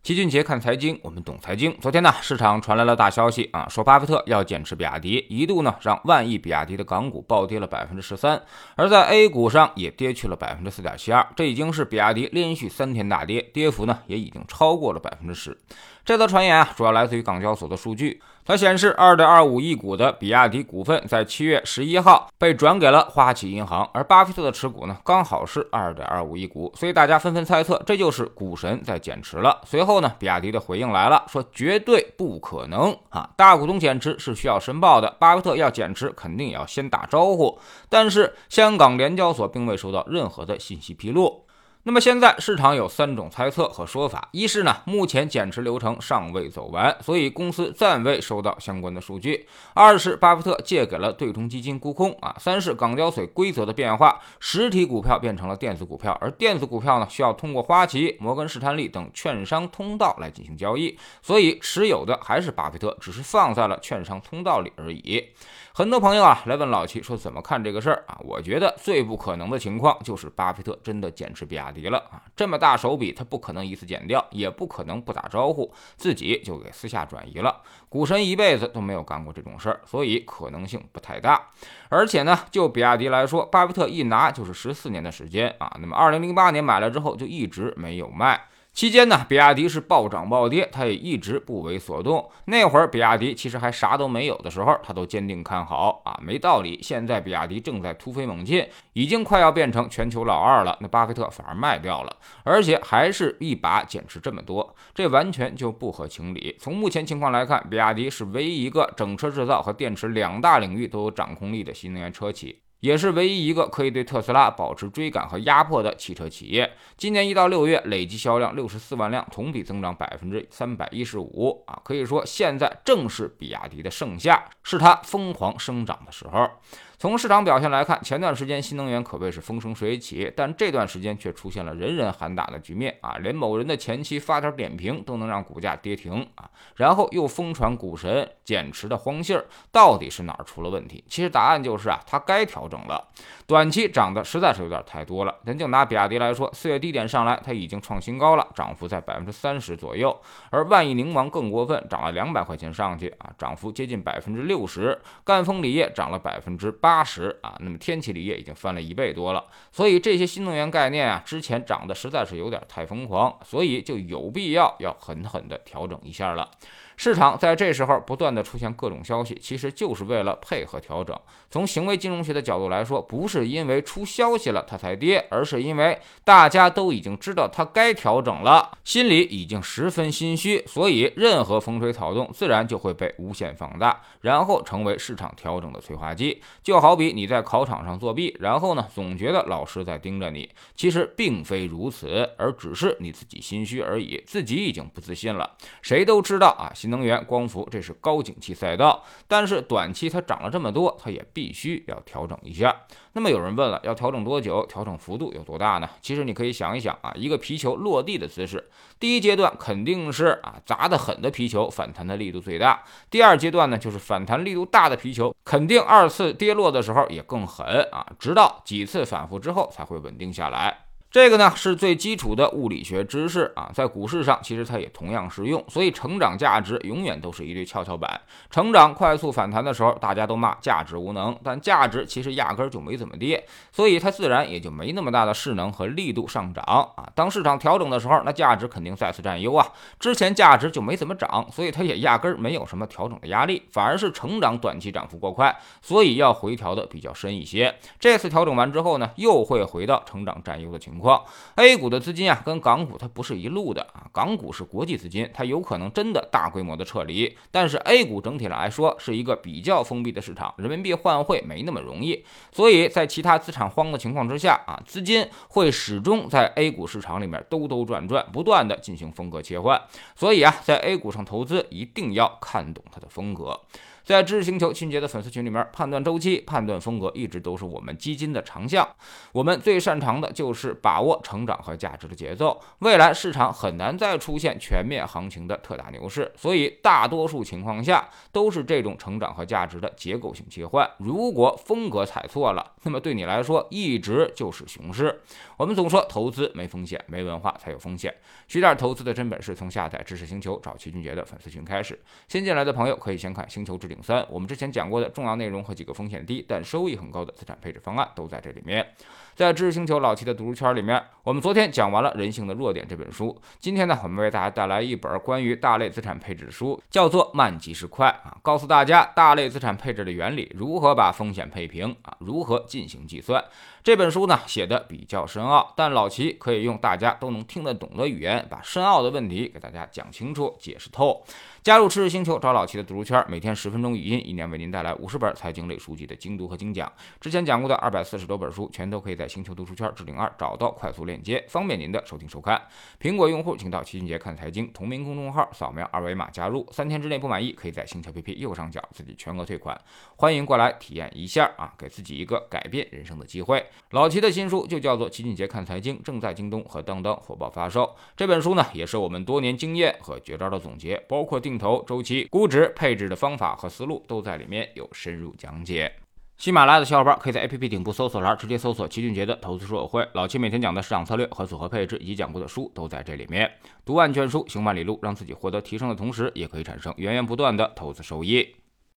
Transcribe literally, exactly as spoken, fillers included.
齐俊杰看财经，我们懂财经。昨天呢，市场传来了大消息啊，说巴菲特要减持比亚迪，一度呢让万亿比亚迪的港股暴跌了 百分之十三， 而在 A 股上也跌去了 百分之四点七二， 这已经是比亚迪连续三天大跌，跌幅呢也已经超过了 百分之十。 这则传言啊，主要来自于港交所的数据，它显示 二点二五亿股的比亚迪股份在七月十一号被转给了花旗银行，而巴菲特的持股呢刚好是 二点二五亿股，所以大家纷纷猜测这就是股神在减持了。随后呢，比亚迪的回应来了，说绝对不可能啊！大股东减持是需要申报的，巴菲特要减持肯定也要先打招呼，但是香港联交所并未收到任何的信息披露。那么现在市场有三种猜测和说法，一是呢，目前减持流程尚未走完，所以公司暂未收到相关的数据；二是巴菲特借给了对冲基金沽空啊；三是港交所规则的变化，实体股票变成了电子股票，而电子股票呢需要通过花旗、摩根士丹利等券商通道来进行交易，所以持有的还是巴菲特，只是放在了券商通道里而已。很多朋友啊来问老齐说怎么看这个事儿啊？我觉得最不可能的情况就是巴菲特真的减持比亚迪了啊！这么大手笔，他不可能一次减掉，也不可能不打招呼，自己就给私下转移了。股神一辈子都没有干过这种事儿，所以可能性不太大。而且呢，就比亚迪来说，巴菲特一拿就是十四年的时间啊，那么二零零八年买了之后就一直没有卖。期间呢，比亚迪是暴涨暴跌，他也一直不为所动。那会儿比亚迪其实还啥都没有的时候，他都坚定看好啊，没道理。现在比亚迪正在突飞猛进，已经快要变成全球老二了，那巴菲特反而卖掉了，而且还是一把减持这么多，这完全就不合情理。从目前情况来看，比亚迪是唯一一个整车制造和电池两大领域都有掌控力的新能源车企，也是唯一一个可以对特斯拉保持追赶和压迫的汽车企业。今年一到六月累计销量六十四万辆，同比增长 百分之三百一十五 啊，可以说现在正是比亚迪的盛夏，是它疯狂生长的时候。从市场表现来看，前段时间新能源可谓是风生水起，但这段时间却出现了人人喊打的局面啊！连某人的前妻发条点评都能让股价跌停啊！然后又疯传股神减持的荒信儿，到底是哪儿出了问题？其实答案就是啊，它该调整了。短期涨的实在是有点太多了。咱就拿比亚迪来说，四月低点上来，它已经创新高了，涨幅在 百分之三十 左右。而万亿宁王更过分，涨了两百块钱上去啊，涨幅接近 百分之六十。赣锋锂业涨了 百分之八十 啊，那么天齐锂业已经翻了一倍多了。所以这些新能源概念啊，之前涨的实在是有点太疯狂，所以就有必要要狠狠的调整一下了。市场在这时候不断的出现各种消息，其实就是为了配合调整。从行为金融学的角度来说，不是因为出消息了它才跌，而是因为大家都已经知道它该调整了，心里已经十分心虚，所以任何风吹草动自然就会被无限放大，然后成为市场调整的催化剂。就好比你在考场上作弊，然后呢总觉得老师在盯着你，其实并非如此，而只是你自己心虚而已，自己已经不自信了。谁都知道啊，新能源光伏这是高景气赛道，但是短期它涨了这么多，它也必须要调整一下。那么有人问了，要调整多久？调整幅度有多大呢？其实你可以想一想啊，一个皮球落地的姿势，第一阶段肯定是啊砸得狠的皮球反弹的力度最大，第二阶段呢就是反弹力度大的皮球肯定二次跌落的时候也更狠啊，直到几次反复之后才会稳定下来。这个呢是最基础的物理学知识啊，在股市上其实它也同样适用，所以成长价值永远都是一对跷跷板。成长快速反弹的时候，大家都骂价值无能，但价值其实压根就没怎么跌，所以它自然也就没那么大的势能和力度上涨啊。当市场调整的时候，那价值肯定再次占优啊，之前价值就没怎么涨，所以它也压根没有什么调整的压力，反而是成长短期涨幅过快，所以要回调的比较深一些。这次调整完之后呢，又会回到成长占优的情况。A 股的资金啊，跟港股它不是一路的啊。港股是国际资金，它有可能真的大规模的撤离，但是 A 股整体来说是一个比较封闭的市场，人民币换汇没那么容易，所以在其他资产荒的情况之下啊，资金会始终在 A 股市场里面兜兜转转，不断的进行风格切换。所以啊，在 A 股上投资一定要看懂它的风格。 在知识星球秦杰的粉丝群里面，判断周期、判断风格一直都是我们基金的长项。我们最擅长的就是把握成长和价值的节奏。未来市场很难再出现全面行情的特大牛市，所以大多数情况下都是这种成长和价值的结构性切换。如果风格踩错了，那么对你来说一直就是熊市。我们总说投资没风险，没文化才有风险。学点投资的真本事，从下载知识星球找齐俊杰的粉丝群开始。新进来的朋友可以先看《星球置顶三》，我们之前讲过的重要内容和几个风险低但收益很高的资产配置方案都在这里面。在知识星球老齐的读书圈里面，我们昨天讲完了《人性的弱点》这本书，今天呢，我们为大家带来一本关于大类资产配置的书，叫做《慢即是快》啊，告诉大家大类资产配置的原理，如何把风险配平啊，如何进行计算。这本书呢写的比较深奥，但老齐可以用大家都能听得懂的语言，把深奥的问题给大家讲清楚、解释透。加入知识星球找老齐的读书圈，每天十分钟语音，一年为您带来五十本财经类书籍的精读和精讲。之前讲过的二百四十多本书，全都可以在星球读书圈置顶二找到快速链接，方便您的收听收看。苹果用户请到齐俊杰看财经同名公众号，扫描二维码加入，三天之内不满意，可以在星球 A P P 右上角自己全额退款。欢迎过来体验一下啊，给自己一个改变人生的机会。老齐的新书就叫做《齐俊杰看财经》，正在京东和当当火爆发售。这本书呢，也是我们多年经验和绝招的总结，包括定投、周期、估值、配置的方法和思路，都在里面有深入讲解。喜马拉雅的小伙伴可以在 A P P 顶部搜索栏直接搜索齐俊杰的投资说友会，老齐每天讲的市场策略和组合配置以及讲过的书都在这里面。读万卷书，行万里路，让自己获得提升的同时，也可以产生源源不断的投资收益。